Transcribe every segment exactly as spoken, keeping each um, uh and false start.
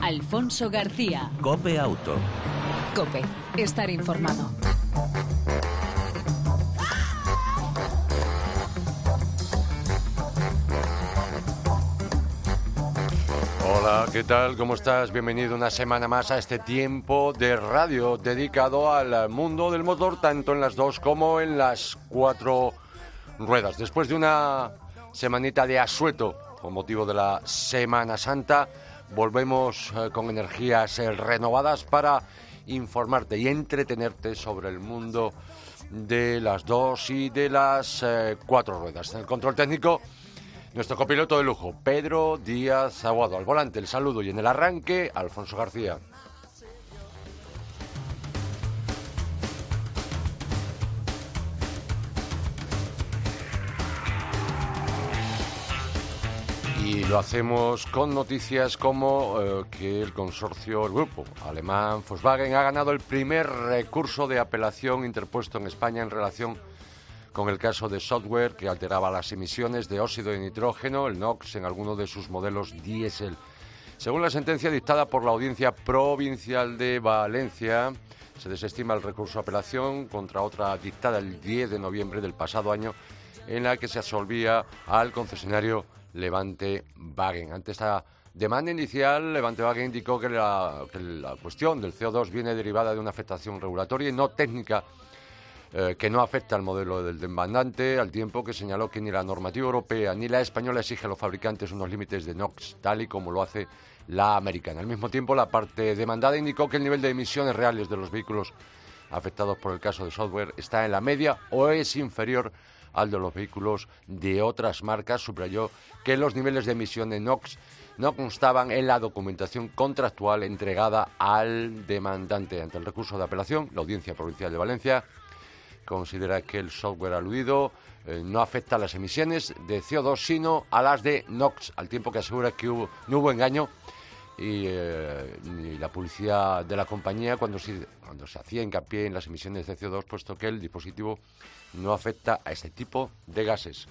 Alfonso García. COPE Auto. COPE. Estar informado. Hola, ¿qué tal? ¿Cómo estás? Bienvenido una semana más a este tiempo de radio dedicado al mundo del motor, tanto en las dos como en las cuatro ruedas. Después de una semanita de asueto con motivo de la Semana Santa, volvemos eh, con energías eh, renovadas para informarte y entretenerte sobre el mundo de las dos y de las eh, cuatro ruedas. En el control técnico, nuestro copiloto de lujo, Pedro Díaz Aguado. Al volante, el saludo, y en el arranque, Alfonso García. Y lo hacemos con noticias como eh, que el consorcio, el grupo alemán Volkswagen ha ganado el primer recurso de apelación interpuesto en España en relación con el caso de software que alteraba las emisiones de óxido de nitrógeno, el NOx, en alguno de sus modelos diésel. Según la sentencia dictada por la Audiencia Provincial de Valencia, se desestima el recurso de apelación contra otra dictada el diez de noviembre del pasado año, en la que se absolvía al concesionario Levante Wagen. Ante esta demanda inicial, Levante Wagen indicó que la, que la cuestión del C O dos viene derivada de una afectación regulatoria y no técnica, eh, que no afecta al modelo del demandante, al tiempo que señaló que ni la normativa europea ni la española exige a los fabricantes unos límites de NOx, tal y como lo hace la americana. Al mismo tiempo, la parte demandada indicó que el nivel de emisiones reales de los vehículos afectados por el caso de software está en la media o es inferior al de los vehículos de otras marcas. Subrayó que los niveles de emisión de NOx no constaban en la documentación contractual entregada al demandante. Ante el recurso de apelación, la Audiencia Provincial de Valencia considera que el software aludido eh, no afecta a las emisiones de C O dos, sino a las de NOx, al tiempo que asegura que hubo, no hubo engaño y, eh, ni la publicidad de la compañía cuando se, cuando se hacía hincapié en las emisiones de C O dos, puesto que el dispositivo no afecta a este tipo de gases.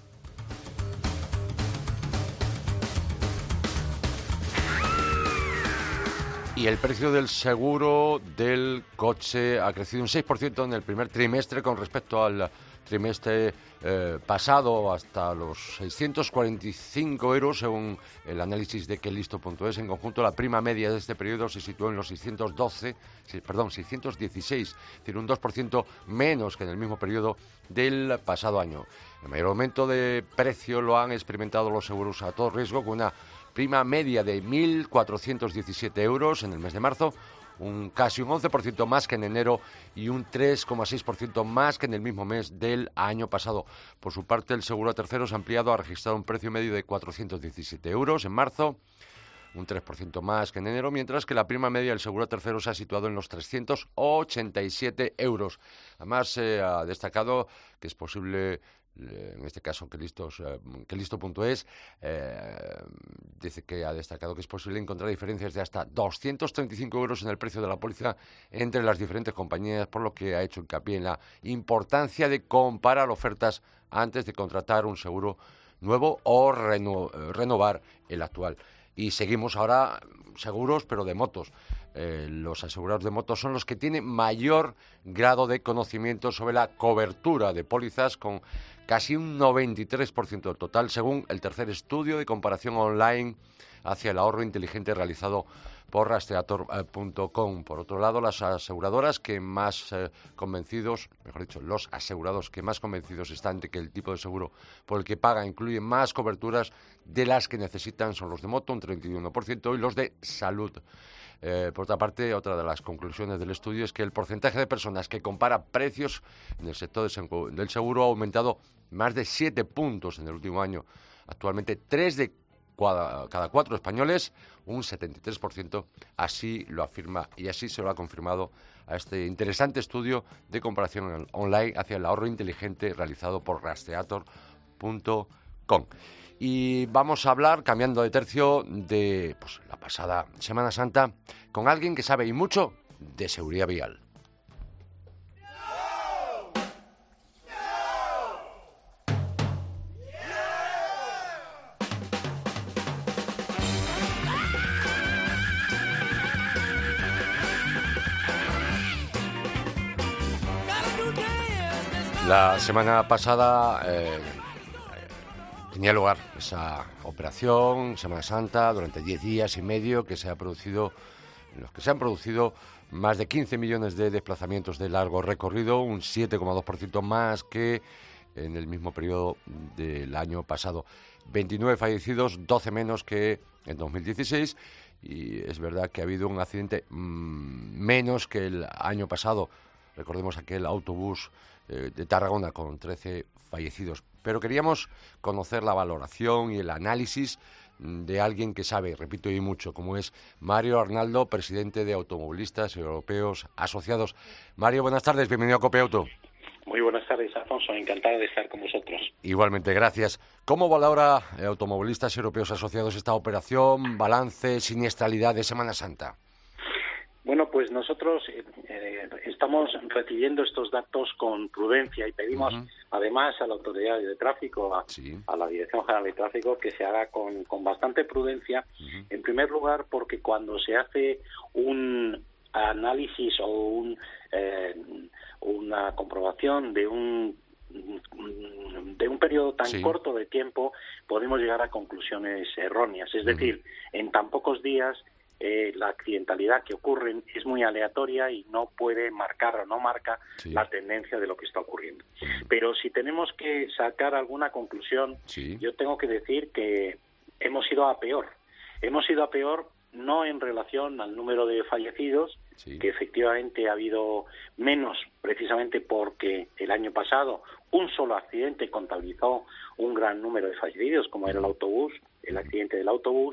Y el precio del seguro del coche ha crecido un seis por ciento en el primer trimestre con respecto al trimestre eh, pasado, hasta los seiscientos cuarenta y cinco euros, según el análisis de Quelisto punto es. En conjunto, la prima media de este periodo se situó en los seiscientos doce, perdón, seiscientos dieciséis, es decir, un dos por ciento menos que en el mismo periodo del pasado año. El mayor aumento de precio lo han experimentado los seguros a todo riesgo, con una prima media de mil cuatrocientos diecisiete euros en el mes de marzo, un casi un once por ciento más que en enero y un tres coma seis por ciento más que en el mismo mes del año pasado. Por su parte, el seguro a terceros ampliado ha registrado un precio medio de cuatrocientos diecisiete euros en marzo, un tres por ciento más que en enero, mientras que la prima media del seguro a terceros se ha situado en los trescientos ochenta y siete euros. Además, se eh, ha destacado que es posible, en este caso Quelisto punto es, eh, dice que ha destacado que es posible encontrar diferencias de hasta doscientos treinta y cinco euros en el precio de la póliza entre las diferentes compañías, por lo que ha hecho hincapié en la importancia de comparar ofertas antes de contratar un seguro nuevo o reno, renovar el actual. Y seguimos ahora seguros, pero de motos. Eh, los asegurados de motos son los que tienen mayor grado de conocimiento sobre la cobertura de pólizas, con casi un noventa y tres por ciento del total, según el tercer estudio de comparación online hacia el ahorro inteligente realizado por rastreator punto com. Por otro lado, las aseguradoras que más eh, convencidos, mejor dicho, los asegurados que más convencidos están de que el tipo de seguro por el que paga incluye más coberturas de las que necesitan son los de moto, un treinta y uno por ciento, y los de salud. Eh, por otra parte, otra de las conclusiones del estudio es que el porcentaje de personas que compara precios en el sector del seguro ha aumentado más de siete puntos en el último año. Actualmente, tres de cada cuatro españoles, un setenta y tres por ciento, así lo afirma y así se lo ha confirmado a este interesante estudio de comparación online hacia el ahorro inteligente realizado por rastreator punto com. Y vamos a hablar, cambiando de tercio, de pues, la pasada Semana Santa con alguien que sabe y mucho de seguridad vial. La semana pasada eh, tenía lugar esa operación Semana Santa durante diez días y medio que se ha producido, en los que se han producido más de quince millones de desplazamientos de largo recorrido, un siete coma dos por ciento más que en el mismo periodo del año pasado. veintinueve fallecidos, doce menos que en dos mil dieciséis, y es verdad que ha habido un accidente mmm, menos que el año pasado. Recordemos aquel autobús eh, de Tarragona con trece fallecidos. Pero queríamos conocer la valoración y el análisis de alguien que sabe, repito y mucho, como es Mario Arnaldo, presidente de Automovilistas Europeos Asociados. Mario, buenas tardes, bienvenido a COPE Auto. Muy buenas tardes, Alfonso, encantado de estar con vosotros. Igualmente, gracias. ¿Cómo valora eh, Automovilistas Europeos Asociados esta operación, balance, siniestralidad de Semana Santa? Bueno, pues nosotros eh, estamos recibiendo estos datos con prudencia y pedimos uh-huh. además a la Autoridad de Tráfico, a, sí. a la Dirección General de Tráfico, que se haga con, con bastante prudencia. Uh-huh. En primer lugar, porque cuando se hace un análisis o un, eh, una comprobación de un de un periodo tan sí. corto de tiempo, podemos llegar a conclusiones erróneas. Es uh-huh. decir, en tan pocos días Eh, la accidentalidad que ocurre es muy aleatoria y no puede marcar o no marca sí. la tendencia de lo que está ocurriendo. Pero si tenemos que sacar alguna conclusión, sí. yo tengo que decir que hemos ido a peor. Hemos ido a peor no en relación al número de fallecidos, sí. que efectivamente ha habido menos precisamente porque el año pasado un solo accidente contabilizó un gran número de fallecidos, como era el autobús, el accidente del autobús,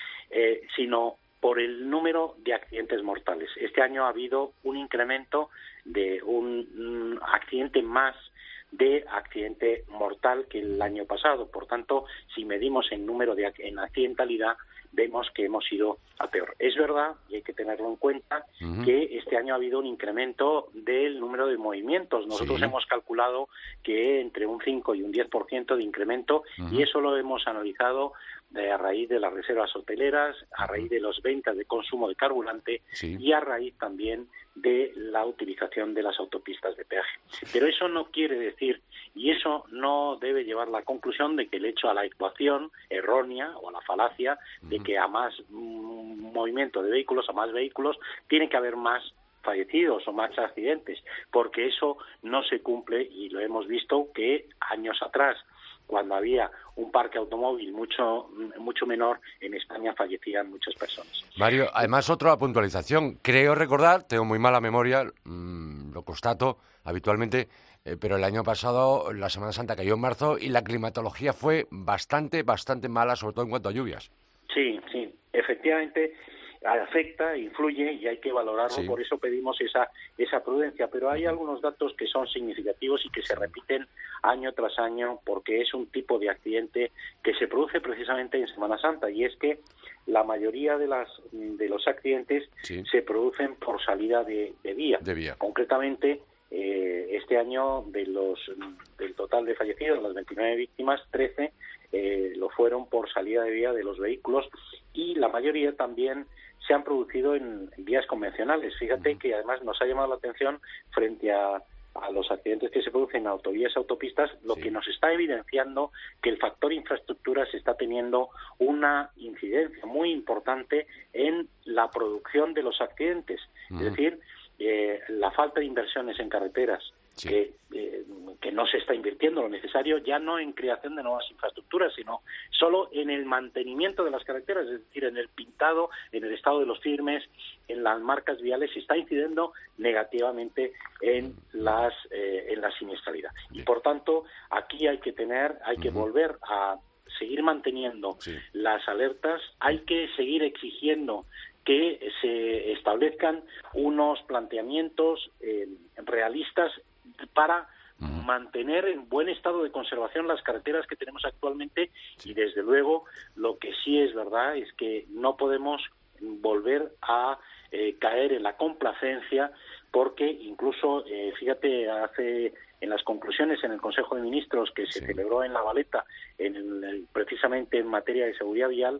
eh, sino por el número de accidentes mortales. Este año ha habido un incremento de un, un accidente más de accidente mortal que el año pasado. Por tanto, si medimos en número de en accidentalidad, vemos que hemos ido a peor. Es verdad, y hay que tenerlo en cuenta, uh-huh. que este año ha habido un incremento del número de movimientos. Nosotros sí. hemos calculado que entre un cinco y un diez por ciento de incremento, uh-huh. y eso lo hemos analizado a raíz de las reservas hoteleras, a raíz de las ventas de consumo de carburante sí. y a raíz también de la utilización de las autopistas de peaje. Pero eso no quiere decir, y eso no debe llevar la conclusión de que el hecho a la ecuación errónea o a la falacia de uh-huh. que a más mm, movimiento de vehículos, a más vehículos, tiene que haber más fallecidos o más accidentes, porque eso no se cumple y lo hemos visto que años atrás, cuando había un parque automóvil mucho mucho menor, en España fallecían muchas personas. Mario, además otra puntualización. Creo recordar, tengo muy mala memoria, mmm, lo constato habitualmente, eh, pero el año pasado la Semana Santa cayó en marzo y la climatología fue bastante, bastante mala, sobre todo en cuanto a lluvias. Sí, sí, efectivamente afecta, influye y hay que valorarlo, sí. por eso pedimos esa esa prudencia, pero hay algunos datos que son significativos y que se repiten año tras año porque es un tipo de accidente que se produce precisamente en Semana Santa, y es que la mayoría de las de los accidentes sí. se producen por salida de, de vía. De vía. Concretamente, eh, este año de los del total de fallecidos, las veintinueve víctimas, trece eh, lo fueron por salida de vía de los vehículos, y la mayoría también se han producido en vías convencionales. Fíjate que además nos ha llamado la atención frente a, a los accidentes que se producen en autovías y autopistas, lo sí. que nos está evidenciando que el factor infraestructuras está teniendo una incidencia muy importante en la producción de los accidentes. Uh-huh. Es decir, eh, la falta de inversiones en carreteras, sí. que, eh, que no se está invirtiendo lo necesario, ya no en creación de nuevas infraestructuras, sino solo en el mantenimiento de las carreteras, es decir, en el pintado, en el estado de los firmes, en las marcas viales, se está incidiendo negativamente en las eh, en la siniestralidad. Y por tanto, aquí hay que tener, hay que uh-huh. volver a seguir manteniendo sí. las alertas, hay que seguir exigiendo que se establezcan unos planteamientos eh, realistas para uh-huh. mantener en buen estado de conservación las carreteras que tenemos actualmente, sí. y desde luego lo que sí es verdad es que no podemos volver a eh, caer en la complacencia, porque incluso, eh, fíjate, hace en las conclusiones en el Consejo de Ministros que se sí. celebró en La Valeta, en el, precisamente en materia de seguridad vial,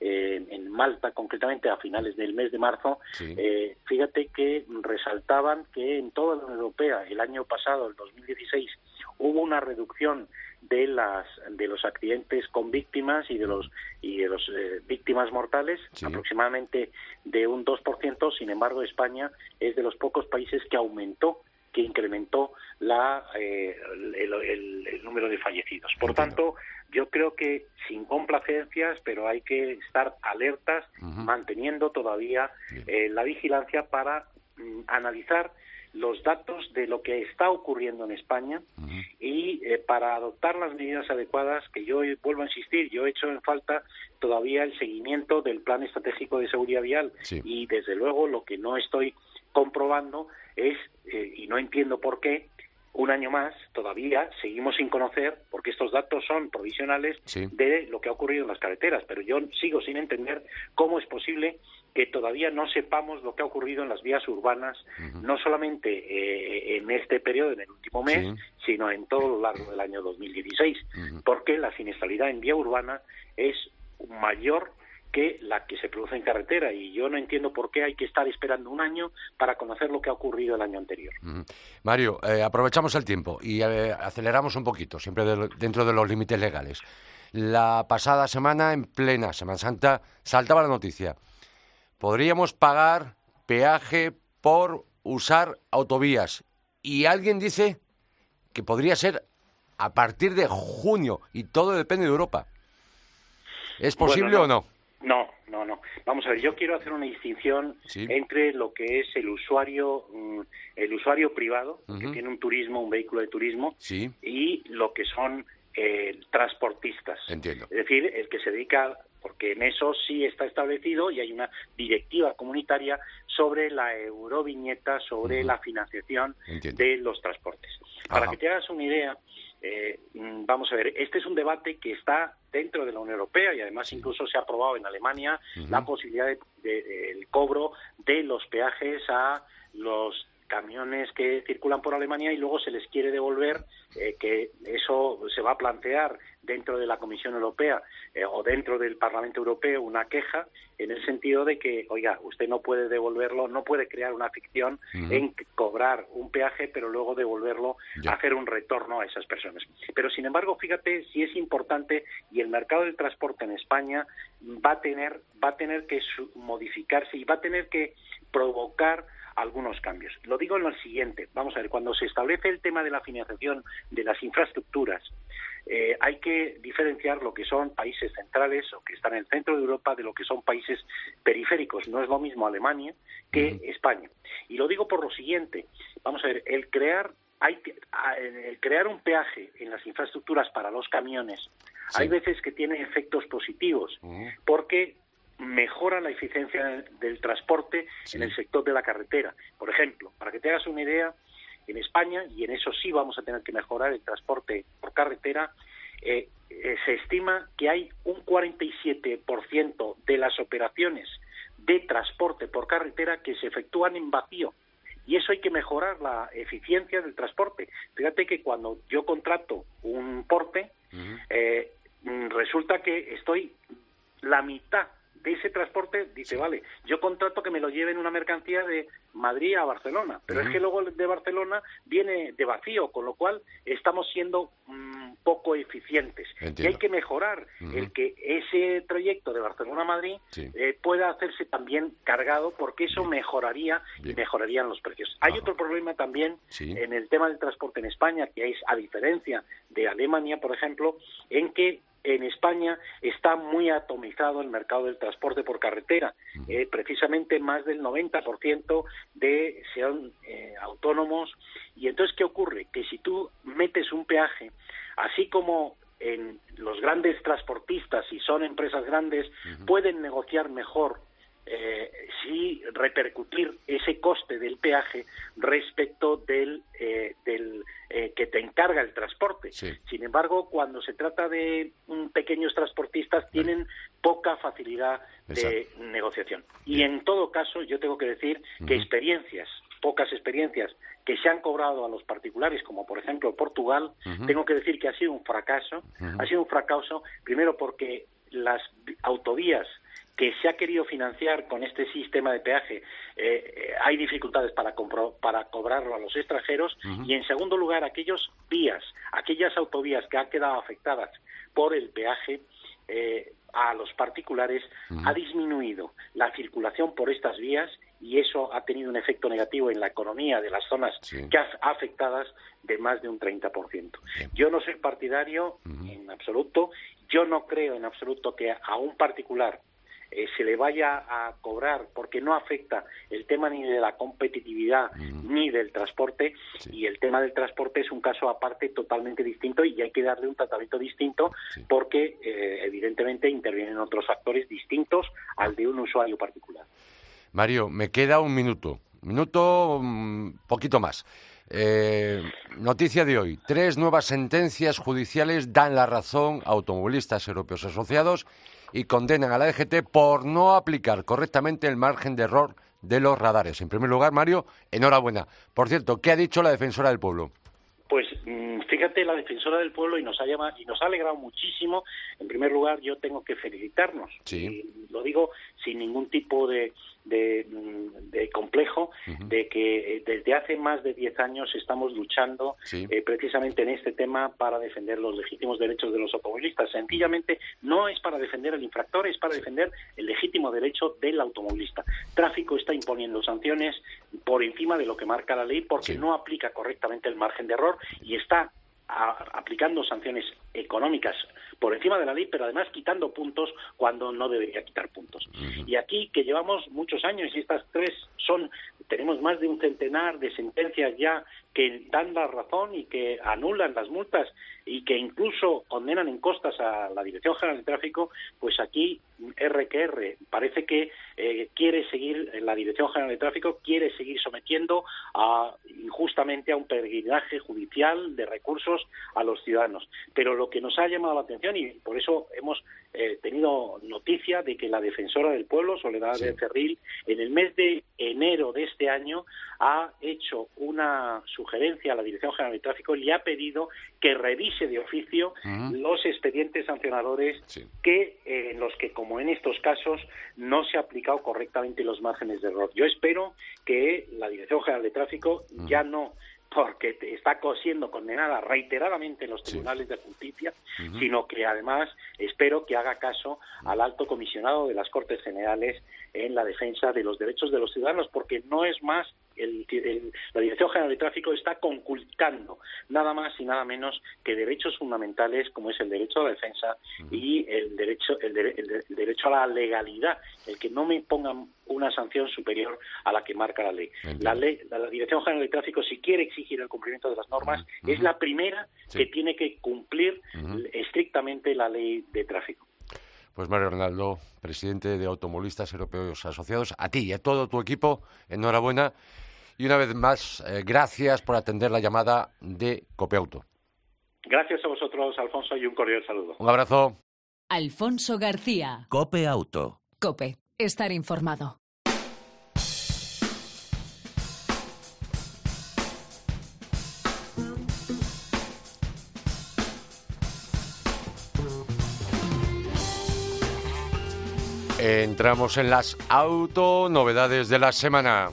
eh, en Malta, concretamente a finales del mes de marzo, sí. eh, fíjate que resaltaban que en toda la Unión Europea el año pasado, el dos mil dieciséis, hubo una reducción de las de los accidentes con víctimas y de los y de los eh, víctimas mortales, sí. aproximadamente de un dos por ciento. Sin embargo, España es de los pocos países que aumentó, que incrementó la eh, el, el, el número de fallecidos. Por Entiendo. tanto, yo creo que sin complacencias, pero hay que estar alertas, uh-huh. manteniendo todavía eh, la vigilancia para mm, analizar los datos de lo que está ocurriendo en España uh-huh. y eh, para adoptar las medidas adecuadas, que yo vuelvo a insistir, yo he hecho en falta todavía el seguimiento del Plan Estratégico de Seguridad Vial sí. y desde luego lo que no estoy comprobando es, eh, y no entiendo por qué, un año más todavía seguimos sin conocer, porque estos datos son provisionales, sí. de lo que ha ocurrido en las carreteras, pero yo sigo sin entender cómo es posible que todavía no sepamos lo que ha ocurrido en las vías urbanas, uh-huh. no solamente eh, en este periodo, en el último mes, sí. sino en todo lo largo del año dos mil dieciséis, uh-huh. porque la siniestralidad en vía urbana es mayor que la que se produce en carretera, y yo no entiendo por qué hay que estar esperando un año para conocer lo que ha ocurrido el año anterior. Uh-huh. Mario, eh, aprovechamos el tiempo y eh, aceleramos un poquito, siempre de, dentro de los límites legales. La pasada semana, en plena Semana Santa, saltaba la noticia. Podríamos pagar peaje por usar autovías. Y alguien dice que podría ser a partir de junio, y todo depende de Europa. ¿Es posible bueno, no, o no? No, no, no. Vamos a ver, yo quiero hacer una distinción sí. entre lo que es el usuario el usuario privado, uh-huh. que tiene un turismo, un vehículo de turismo, sí. y lo que son eh, transportistas. Entiendo. Es decir, el que se dedica, porque en eso sí está establecido y hay una directiva comunitaria sobre la euroviñeta, sobre uh-huh. la financiación Entiendo. de los transportes. Para Ajá. que te hagas una idea, eh, vamos a ver, este es un debate que está dentro de la Unión Europea y además sí. incluso se ha aprobado en Alemania uh-huh. la posibilidad de, de, de el cobro de los peajes a los camiones que circulan por Alemania y luego se les quiere devolver, eh, que eso se va a plantear dentro de la Comisión Europea eh, o dentro del Parlamento Europeo una queja en el sentido de que, oiga, usted no puede devolverlo, no puede crear una ficción uh-huh. en cobrar un peaje pero luego devolverlo, yeah. hacer un retorno a esas personas. Pero sin embargo, fíjate, si es importante y el mercado del transporte en España va a tener, va a tener que su- modificarse y va a tener que provocar algunos cambios. Lo digo en lo siguiente, vamos a ver, cuando se establece el tema de la financiación de las infraestructuras, eh, hay que diferenciar lo que son países centrales o que están en el centro de Europa de lo que son países periféricos. No es lo mismo Alemania que uh-huh. España. Y lo digo por lo siguiente, vamos a ver, el crear hay que, el crear un peaje en las infraestructuras para los camiones, sí. hay veces que tiene efectos positivos, uh-huh. porque mejora la eficiencia del, del transporte sí. en el sector de la carretera. Por ejemplo, para que te hagas una idea, en España, y en eso sí vamos a tener que mejorar el transporte por carretera, eh, eh, se estima que hay un cuarenta y siete por ciento de las operaciones de transporte por carretera que se efectúan en vacío. Y eso hay que mejorar la eficiencia del transporte. Fíjate que cuando yo contrato un porte, uh-huh. eh, resulta que estoy la mitad de ese transporte, dice, sí. vale, yo contrato que me lo lleven una mercancía de Madrid a Barcelona, pero uh-huh. es que luego de Barcelona viene de vacío, con lo cual estamos siendo um, poco eficientes. Entiendo. Y hay que mejorar uh-huh. el que ese trayecto de Barcelona a Madrid sí. eh, pueda hacerse también cargado, porque eso Bien. mejoraría Bien. y mejorarían los precios. Hay uh-huh. otro problema también sí. en el tema del transporte en España, que es, a diferencia de Alemania, por ejemplo, en que en España está muy atomizado el mercado del transporte por carretera. Uh-huh. Eh, precisamente más del noventa por ciento de sean eh, autónomos. Y entonces, ¿qué ocurre? Que si tú metes un peaje, así como en los grandes transportistas, si son empresas grandes, uh-huh. pueden negociar mejor eh, si repercutir ese coste del peaje respecto del, eh, del eh, que te encarga el transporte. Sí. Sin embargo, cuando se trata de um, pequeños transportistas, tienen poca facilidad de Exacto. negociación. Y Bien. en todo caso, yo tengo que decir uh-huh. que experiencias, pocas experiencias que se han cobrado a los particulares, como por ejemplo Portugal, uh-huh. tengo que decir que ha sido un fracaso. Uh-huh. Ha sido un fracaso, primero porque las autovías que se ha querido financiar con este sistema de peaje, eh, eh, hay dificultades para, compro, para cobrarlo a los extranjeros, uh-huh. y en segundo lugar, aquellos vías, aquellas autovías que han quedado afectadas por el peaje, eh, a los particulares, uh-huh. ha disminuido la circulación por estas vías y eso ha tenido un efecto negativo en la economía de las zonas sí. que ha afectadas de más de un treinta por ciento. Bien. Yo no soy partidario uh-huh. en absoluto, yo no creo en absoluto que a un particular eh, se le vaya a cobrar, porque no afecta el tema ni de la competitividad uh-huh. ni del transporte, sí. y el tema del transporte es un caso aparte totalmente distinto y hay que darle un tratamiento distinto sí. porque eh, evidentemente intervienen otros factores distintos al de un usuario particular. Mario, me queda un minuto, minuto, un poquito más. Eh, noticia de hoy, tres nuevas sentencias judiciales dan la razón a automovilistas europeos asociados y condenan a la D G T por no aplicar correctamente el margen de error de los radares. En primer lugar, Mario, enhorabuena. Por cierto, ¿qué ha dicho la defensora del pueblo? Pues fíjate, la defensora del pueblo, y nos ha llamado, y nos ha alegrado muchísimo. En primer lugar, yo tengo que felicitarnos. Sí. Y lo digo sin ningún tipo de, de, de complejo, uh-huh. de que desde hace más de diez años estamos luchando sí. eh, precisamente en este tema para defender los legítimos derechos de los automovilistas. Sencillamente no es para defender al infractor, es para defender el legítimo derecho del automovilista. Tráfico está imponiendo sanciones por encima de lo que marca la ley porque sí. no aplica correctamente el margen de error y está a, aplicando sanciones económicas por encima de la ley, pero además quitando puntos cuando no debería quitar puntos. Uh-huh. Y aquí, que llevamos muchos años, y estas tres son, tenemos más de un centenar de sentencias ya que dan la razón y que anulan las multas y que incluso condenan en costas a la Dirección General de Tráfico, pues aquí R que R parece que eh, quiere seguir, la Dirección General de Tráfico quiere seguir sometiendo a, injustamente a un peregrinaje judicial de recursos a los ciudadanos. Pero lo que nos ha llamado la atención, y por eso hemos eh, tenido noticia de que la defensora del pueblo, Soledad sí. Becerril, en el mes de enero de este año ha hecho una sugerencia a la Dirección General de Tráfico y le ha pedido que revise de oficio uh-huh. los expedientes sancionadores sí. que eh, en los que, como en estos casos, no se ha aplicado correctamente los márgenes de error. Yo espero que la Dirección General de Tráfico uh-huh. ya no, porque está siendo condenada reiteradamente en los tribunales sí. de justicia, uh-huh. sino que además espero que haga caso al alto comisionado de las Cortes Generales en la defensa de los derechos de los ciudadanos, porque no es más, el, el, la Dirección General de Tráfico está conculcando nada más y nada menos que derechos fundamentales como es el derecho a la defensa uh-huh. y el derecho el, de, el, de, el derecho a la legalidad, el que no me pongan una sanción superior a la que marca la ley. La, ley, la, la Dirección General de Tráfico, si quiere exigir el cumplimiento de las normas, uh-huh. es la primera sí. que tiene que cumplir uh-huh. estrictamente la ley de tráfico. Pues Mario Arnaldo, presidente de Automovilistas Europeos Asociados, a ti y a todo tu equipo, enhorabuena. Y una vez más, eh, gracias por atender la llamada de Copeauto. Gracias a vosotros, Alfonso, y un cordial saludo. Un abrazo. Alfonso García. Copeauto. Cope, estar informado. Entramos en las autonovedades de la semana.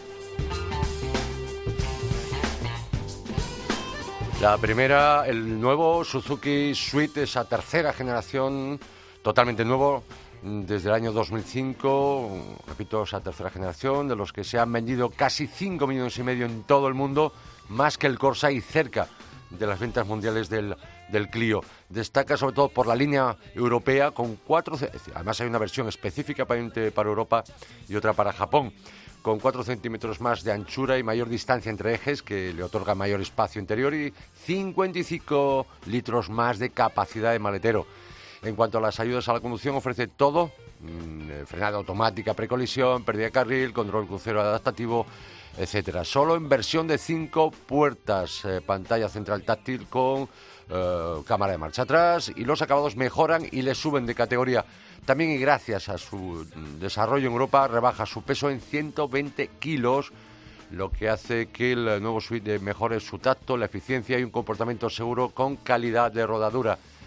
La primera, el nuevo Suzuki Swift, esa tercera generación, totalmente nuevo, desde el año dos mil cinco, repito, esa tercera generación, de los que se han vendido casi cinco millones y medio en todo el mundo, más que el Corsa y cerca de las ventas mundiales del, del Clio. Destaca sobre todo por la línea europea, con cuatro, además hay una versión específica para, para Europa y otra para Japón, con cuatro centímetros más de anchura y mayor distancia entre ejes, que le otorga mayor espacio interior, y cincuenta y cinco litros más de capacidad de maletero. En cuanto a las ayudas a la conducción, ofrece todo: mmm, frenada automática, precolisión, pérdida de carril, control crucero adaptativo, etcétera. Solo en versión de cinco puertas, eh, pantalla central táctil con eh, cámara de marcha atrás, y los acabados mejoran y le suben de categoría. También, y gracias a su desarrollo en Europa, rebaja su peso en ciento veinte kilos, lo que hace que el nuevo Swift mejore su tacto, la eficiencia y un comportamiento seguro con calidad de rodadura.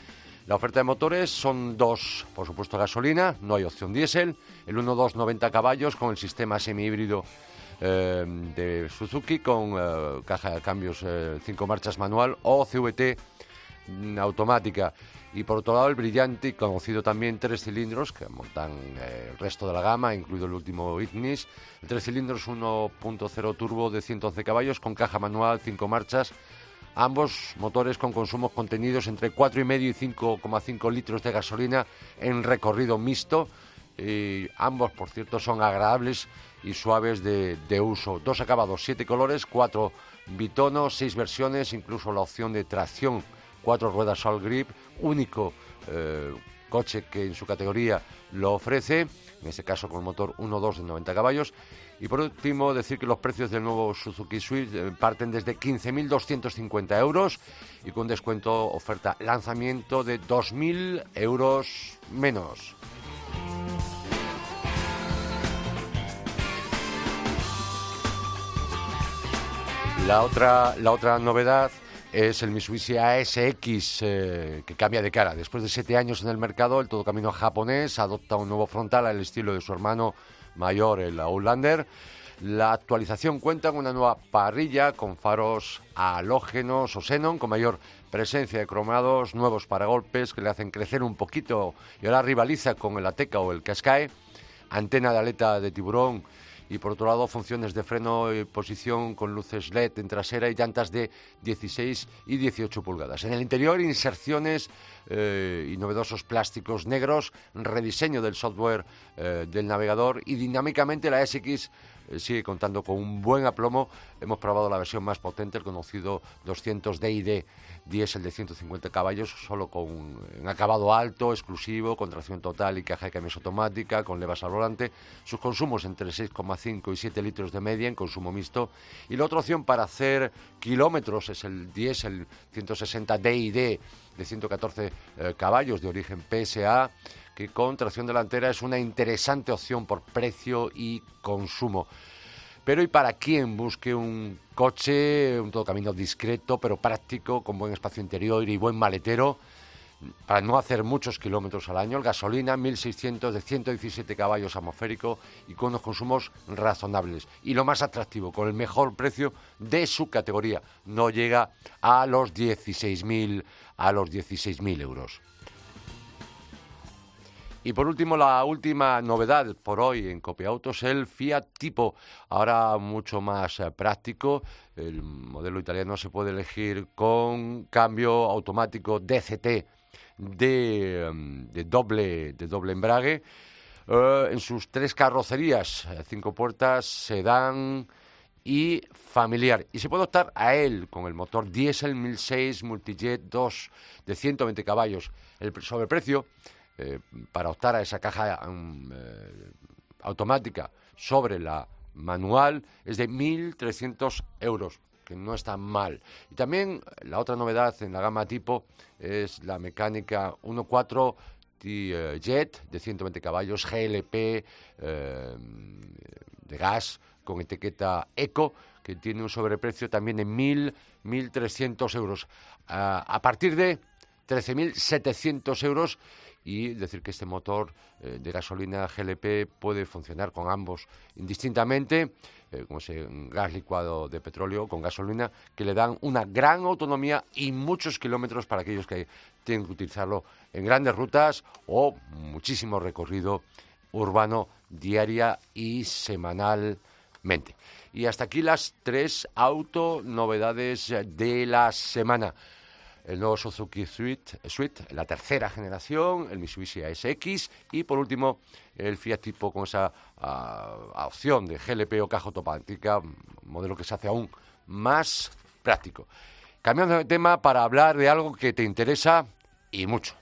La oferta de motores son dos, por supuesto, gasolina, no hay opción diésel, el uno punto dos noventa caballos con el sistema semihíbrido eh, de Suzuki con eh, caja de cambios eh, cinco marchas manual o C V T mm, automática. Y por otro lado el brillante y conocido también tres cilindros que montan eh, el resto de la gama, incluido el último Ignis. El tres cilindros uno punto cero turbo de ciento once caballos con caja manual, cinco marchas. Ambos motores con consumos contenidos entre cuatro coma cinco y cinco coma cinco litros de gasolina en recorrido mixto. Y ambos, por cierto, son agradables y suaves de, de uso. Dos acabados, siete colores, cuatro bitonos, seis versiones, incluso la opción de tracción, cuatro ruedas all grip, único eh, coche que en su categoría lo ofrece, en este caso con el motor uno punto dos de noventa caballos. Y por último, decir que los precios del nuevo Suzuki Swift eh, parten desde quince mil doscientos cincuenta euros y con descuento oferta lanzamiento de dos mil euros menos. La otra, la otra novedad es el Mitsubishi A S X, eh, que cambia de cara. Después de siete años en el mercado, el todocamino japonés adopta un nuevo frontal al estilo de su hermano mayor, el Outlander. La actualización cuenta con una nueva parrilla con faros halógenos o xenón, con mayor presencia de cromados, nuevos paragolpes que le hacen crecer un poquito y ahora rivaliza con el Ateca o el Qashqai, antena de aleta de tiburón y por otro lado funciones de freno y posición con luces L E D en trasera y llantas de dieciséis y dieciocho pulgadas. En el interior inserciones eh, y novedosos plásticos negros, rediseño del software eh, del navegador y dinámicamente la A S X eh, sigue contando con un buen aplomo. Hemos probado la versión más potente, el conocido doscientos D I D diésel de ciento cincuenta caballos, solo con un acabado alto, exclusivo, con tracción total y caja de cambios automática, con levas al volante. Sus consumos entre seis coma cinco y siete litros de media en consumo mixto. Y la otra opción para hacer kilómetros es el diésel ciento sesenta D I D de ciento catorce eh, caballos de origen P S A, que con tracción delantera es una interesante opción por precio y consumo. Pero y para quien busque un coche, un todocamino discreto pero práctico, con buen espacio interior y buen maletero, para no hacer muchos kilómetros al año, el gasolina mil seiscientos de ciento diecisiete caballos atmosférico y con unos consumos razonables. Y lo más atractivo, con el mejor precio de su categoría, no llega a los dieciséis mil a los dieciséis mil euros. Y por último, la última novedad por hoy en Copiautos, el Fiat Tipo, ahora mucho más eh, práctico. El modelo italiano se puede elegir con cambio automático D C T de, de, doble, de doble embrague, eh, en sus tres carrocerías, cinco puertas, sedán y familiar. Y se puede optar a él con el motor diésel mil seis Multijet dos de ciento veinte caballos. El sobreprecio Eh, para optar a esa caja um, eh, automática sobre la manual es de mil trescientos euros, que no está mal. Y también la otra novedad en la gama Tipo es la mecánica uno punto cuatro Jet de ciento veinte caballos, G L P eh, de gas con etiqueta Eco, que tiene un sobreprecio también de mil, mil trescientos euros. Uh, a partir de trece mil setecientos euros. Y decir que este motor eh, de gasolina G L P puede funcionar con ambos indistintamente, eh, como ese gas licuado de petróleo con gasolina, que le dan una gran autonomía y muchos kilómetros para aquellos que tienen que utilizarlo en grandes rutas o muchísimo recorrido urbano diaria y semanalmente. Y hasta aquí las tres autonovedades de la semana. El nuevo Suzuki Swift, Swift, la tercera generación, el Mitsubishi A S X y, por último, el Fiat Tipo con esa uh, opción de G L P o caja automática, modelo que se hace aún más práctico. Cambiando de tema para hablar de algo que te interesa y mucho.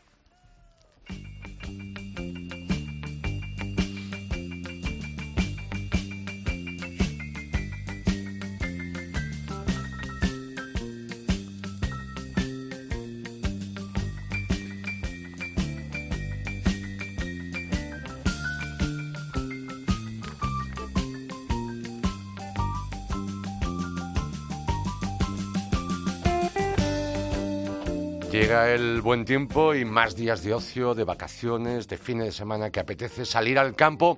Llega el buen tiempo y más días de ocio, de vacaciones, de fines de semana que apetece salir al campo,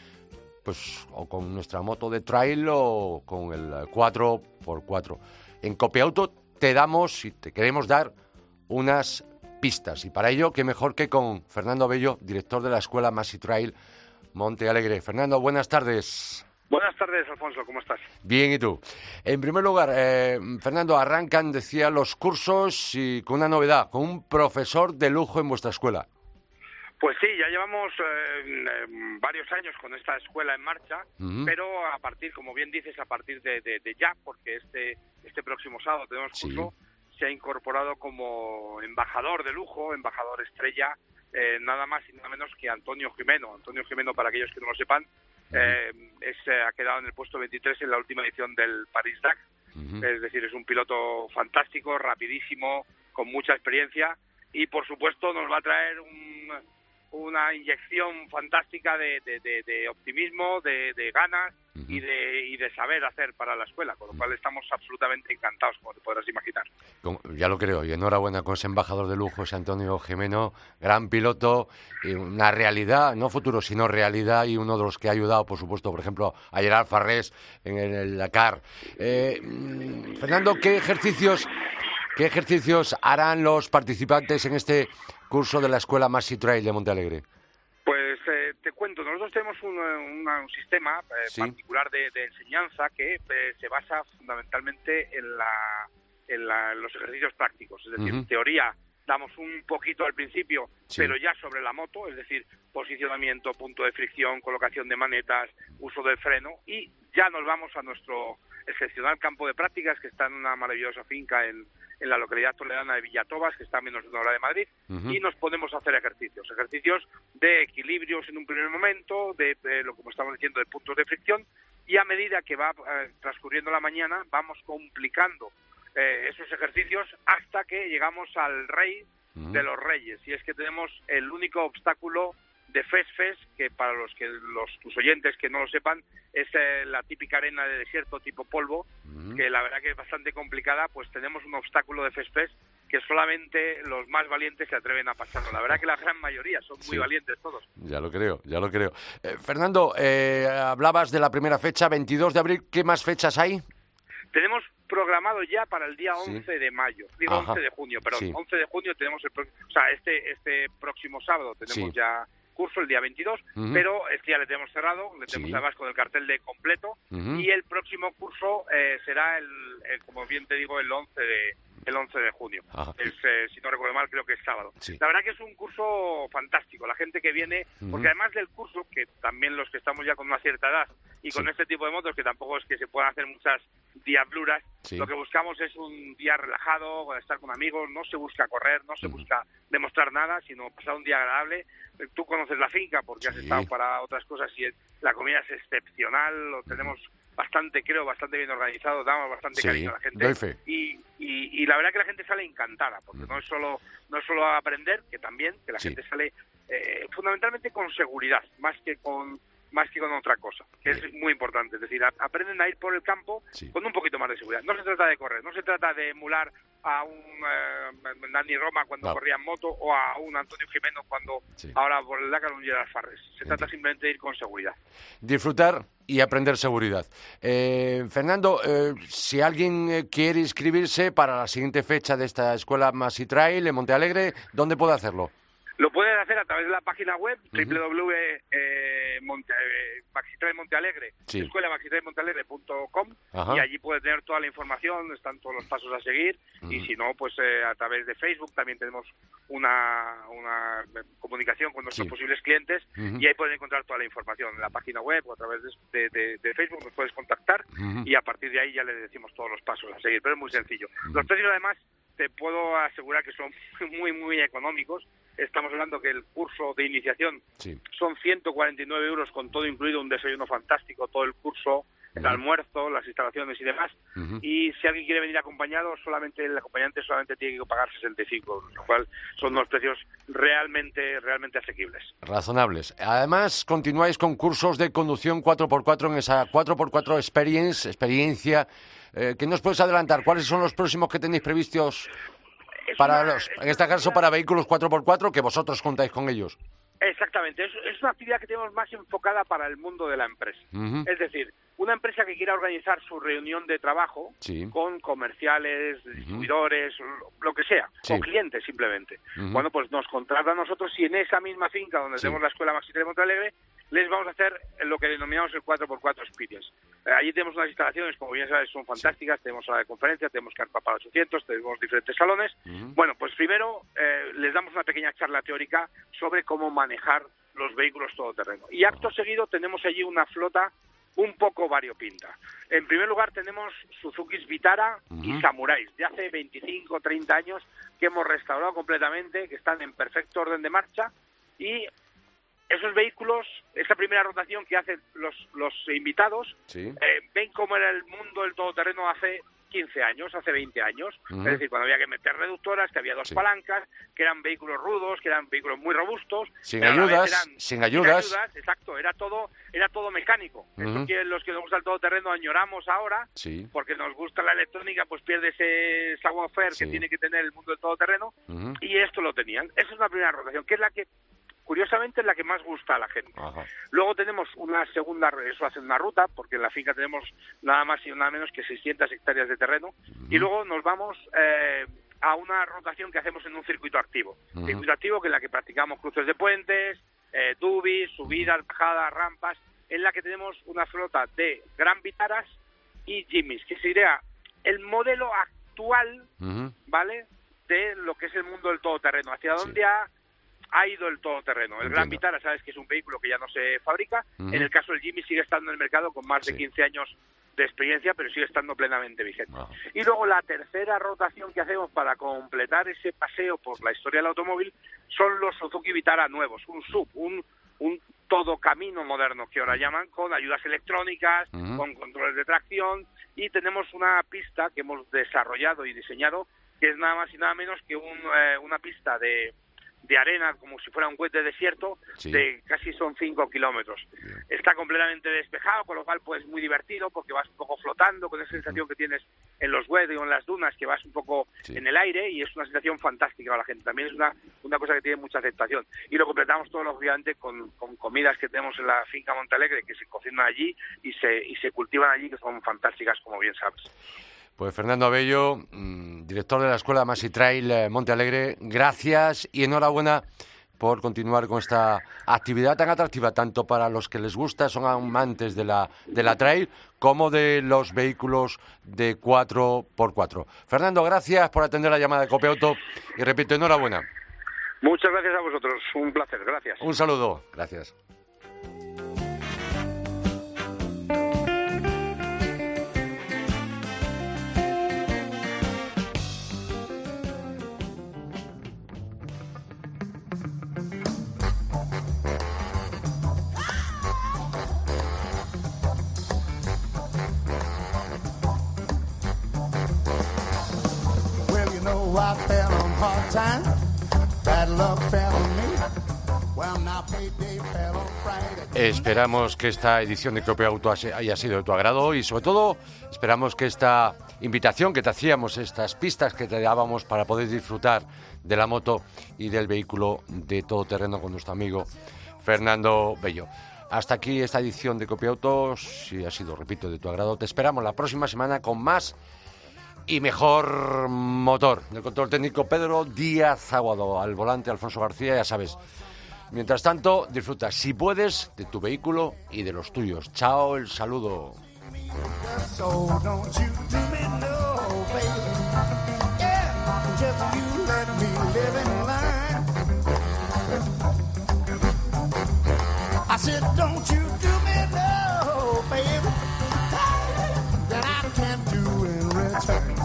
pues o con nuestra moto de trail o con el cuatro por cuatro. En Copiauto te damos y te queremos dar unas pistas y para ello, qué mejor que con Fernando Bello, director de la Escuela Maxi Trail Monte Alegre. Fernando, buenas tardes. Buenas tardes, Alfonso, ¿cómo estás? Bien, ¿y tú? En primer lugar, eh, Fernando, arrancan, decía, los cursos y con una novedad, con un profesor de lujo en vuestra escuela. Pues sí, ya llevamos eh, varios años con esta escuela en marcha, uh-huh. pero a partir, como bien dices, a partir de, de, de ya, porque este, este próximo sábado tenemos curso, sí. Se ha incorporado como embajador de lujo, embajador estrella, eh, nada más y nada menos que Antonio Gimeno. Antonio Gimeno, para aquellos que no lo sepan, Eh, es, eh, ha quedado en el puesto veintitrés en la última edición del Paris-Dakar, uh-huh. es decir, es un piloto fantástico, rapidísimo, con mucha experiencia y por supuesto nos va a traer un, una inyección fantástica de, de, de, de optimismo, de, de ganas uh-huh. y, de, y de saber hacer para la escuela, con lo cual estamos absolutamente encantados, como te podrás imaginar. Como, ya lo creo, y enhorabuena con ese embajador de lujo, ese Antonio Gimeno, gran piloto, y una realidad, no futuro, sino realidad, y uno de los que ha ayudado, por supuesto, por ejemplo, a Gerard Farrés en el, el Dakar. Eh, Fernando, ¿qué ejercicios, qué ejercicios harán los participantes en este curso de la Escuela Maxi Trail de Monte Alegre? Pues eh, te cuento, nosotros tenemos un, un, un sistema eh, ¿sí? particular de, de enseñanza que eh, se basa fundamentalmente en, la, en, la, en los ejercicios prácticos, es decir, uh-huh. teoría damos un poquito al principio, sí. pero ya sobre la moto, es decir, posicionamiento, punto de fricción, colocación de manetas, uso del freno, y ya nos vamos a nuestro excepcional campo de prácticas que está en una maravillosa finca en, en la localidad toledana de Villatobas, que está a menos de una hora de Madrid, uh-huh. y nos podemos hacer ejercicios, ejercicios de equilibrios en un primer momento, de, de lo como estamos diciendo, de puntos de fricción, y a medida que va eh, transcurriendo la mañana vamos complicando Eh, esos ejercicios hasta que llegamos al rey uh-huh. de los reyes, y es que tenemos el único obstáculo de Fes Fes, que para los que los tus oyentes que no lo sepan es eh, la típica arena de desierto tipo polvo, uh-huh. que la verdad que es bastante complicada. Pues tenemos un obstáculo de Fes Fes que solamente los más valientes se atreven a pasarlo. La verdad que la gran mayoría son muy sí. valientes todos. Ya lo creo, ya lo creo. Eh, Fernando, eh, hablabas de la primera fecha, veintidós de abril, ¿qué más fechas hay? Tenemos programado ya para el día once sí. de mayo, digo Ajá. once de junio, perdón, sí. once de junio tenemos el, o sea, este este próximo sábado tenemos sí. ya curso el día veintidós, uh-huh. pero este ya le tenemos cerrado, le tenemos sí. además con el cartel de completo, uh-huh. y el próximo curso eh, será el, el, como bien te digo, el once de el once de junio. Es, eh, si no recuerdo mal, creo que es sábado. Sí. La verdad que es un curso fantástico. La gente que viene, uh-huh. porque además del curso, que también los que estamos ya con una cierta edad y sí. con este tipo de motos, que tampoco es que se puedan hacer muchas diabluras, sí. lo que buscamos es un día relajado, estar con amigos, no se busca correr, no se uh-huh. busca demostrar nada, sino pasar un día agradable. Tú conoces la finca porque sí. has estado para otras cosas y la comida es excepcional, lo tenemos bastante, creo, bastante bien organizado, damos bastante sí, cariño a la gente y, y, y la verdad que la gente sale encantada, porque no es solo no es solo aprender, que también, que la sí. gente sale eh, fundamentalmente con seguridad, más que con más que con otra cosa, que es muy importante, es decir, aprenden a ir por el campo sí. con un poquito más de seguridad. No se trata de correr, no se trata de emular a un eh, Dani Roma cuando no. corría en moto o a un Antonio Gimeno cuando sí. ahora por el Dakar un Gerard Farrés. Se Entiendo. trata simplemente de ir con seguridad. Disfrutar y aprender seguridad. Eh, Fernando, eh, si alguien quiere inscribirse para la siguiente fecha de esta Escuela Maxi Trail en Monte Alegre, ¿dónde puede hacerlo? Lo pueden hacer a través de la página web uh-huh. doble u doble u doble u punto eh, Monte, eh, Maxitrail Monte Alegre, sí. escuela maxitrail monte alegre punto com, y allí puede tener toda la información, están todos los pasos a seguir, uh-huh. y si no, pues eh, a través de Facebook también tenemos una, una comunicación con nuestros sí. posibles clientes, uh-huh. y ahí pueden encontrar toda la información en la página web o a través de, de, de Facebook nos puedes contactar, uh-huh. y a partir de ahí ya le decimos todos los pasos a seguir, pero es muy sencillo. Uh-huh. Los precios además te puedo asegurar que son muy, muy económicos. Estamos hablando que el curso de iniciación sí. son ciento cuarenta y nueve euros con todo incluido, un desayuno fantástico, todo el curso, el uh-huh. almuerzo, las instalaciones y demás. Uh-huh. Y si alguien quiere venir acompañado, solamente el acompañante solamente tiene que pagar sesenta y cinco euros, lo cual son unos precios realmente, realmente asequibles. Razonables. Además, continuáis con cursos de conducción cuatro por cuatro en esa cuatro por cuatro Experience, experiencia. Eh, ¿Qué nos puedes adelantar? ¿Cuáles son los próximos que tenéis previstos? para una, los, en este caso para vehículos cuatro por cuatro, que vosotros contáis con ellos. Exactamente, es, es una actividad que tenemos más enfocada para el mundo de la empresa. Uh-huh. Es decir, una empresa que quiera organizar su reunión de trabajo sí. con comerciales, distribuidores, uh-huh. lo que sea, sí. o clientes simplemente. Uh-huh. Bueno, pues nos contrata a nosotros y en esa misma finca donde sí. tenemos la Escuela Maxi Trail Montealegre, les vamos a hacer lo que denominamos el cuatro por cuatro Experience. Eh, allí tenemos unas instalaciones, como bien sabes, son fantásticas, sí. tenemos sala de conferencias, tenemos carpa para ochocientos, tenemos diferentes salones. Uh-huh. Bueno, pues primero eh, les damos una pequeña charla teórica sobre cómo manejar los vehículos todoterreno. Y acto seguido tenemos allí una flota un poco variopinta. En primer lugar tenemos Suzukis Vitara uh-huh. y Samurais, de hace veinticinco o treinta años, que hemos restaurado completamente, que están en perfecto orden de marcha, y esos vehículos, esa primera rotación que hacen los, los invitados, sí. eh, ven cómo era el mundo del todoterreno hace quince años, hace veinte años, uh-huh. es decir, cuando había que meter reductoras, que había dos sí. palancas, que eran vehículos rudos, que eran vehículos muy robustos, sin ayudas, eran, sin ayudas, sin ayudas, exacto, era todo, era todo mecánico. Uh-huh. Eso que los que nos gusta el todoterreno añoramos ahora, sí. porque nos gusta la electrónica, pues pierde ese savoir-faire sí. que tiene que tener el mundo del todoterreno, uh-huh. y esto lo tenían. Esa es una primera rotación, que es la que curiosamente es la que más gusta a la gente. Ajá. Luego tenemos una segunda, eso hace una ruta, porque en la finca tenemos nada más y nada menos que seiscientas hectáreas de terreno, uh-huh. y luego nos vamos eh, a una rotación que hacemos en un circuito activo. Uh-huh. Circuito activo que en la que practicamos cruces de puentes, eh, tubis, subidas, bajadas, rampas, en la que tenemos una flota de Gran Vitaras y Jimmys, que sería el modelo actual, uh-huh. ¿vale?, de lo que es el mundo del todoterreno, hacia dónde sí. ha ha ido el todoterreno. El Entiendo. Gran Vitara, sabes que es un vehículo que ya no se fabrica. Uh-huh. En el caso del Jimmy sigue estando en el mercado con más sí. de quince años de experiencia, pero sigue estando plenamente vigente. Uh-huh. Y luego la tercera rotación que hacemos para completar ese paseo por la historia del automóvil son los Suzuki Vitara nuevos, un sub, un, un todo camino moderno que ahora llaman, con ayudas electrónicas, uh-huh. con controles de tracción, y tenemos una pista que hemos desarrollado y diseñado que es nada más y nada menos que un, eh, una pista de de arena, como si fuera un cohete de desierto, sí. de casi son cinco kilómetros. Bien. Está completamente despejado, con lo cual pues muy divertido, porque vas un poco flotando, con esa sensación que tienes en los wets o en las dunas, que vas un poco sí. en el aire, y es una sensación fantástica para la gente. También es una, una cosa que tiene mucha aceptación. Y lo completamos todo, lógicamente, con, con comidas que tenemos en la finca Montealegre, que se cocinan allí y se, y se cultivan allí, que son fantásticas, como bien sabes. Pues Fernando Abello, director de la Escuela Maxi Trail Montealegre, gracias y enhorabuena por continuar con esta actividad tan atractiva, tanto para los que les gusta, son amantes de la, de la trail, como de los vehículos de cuatro por cuatro. Fernando, gracias por atender la llamada de Copiauto y repito, enhorabuena. Muchas gracias a vosotros, un placer, gracias. Un saludo, gracias. Esperamos que esta edición de Copiauto haya sido de tu agrado y sobre todo esperamos que esta invitación que te hacíamos, estas pistas que te dábamos para poder disfrutar de la moto y del vehículo de todoterreno con nuestro amigo Fernando Bello. Hasta aquí esta edición de Copiauto, si ha sido, repito, de tu agrado. Te esperamos la próxima semana con más y mejor motor. Del control técnico Pedro Díaz Aguado, al volante Alfonso García, ya sabes. Mientras tanto, disfruta, si puedes, de tu vehículo y de los tuyos. Chao, el saludo. I said, don't you do me no favor that I can't do in return.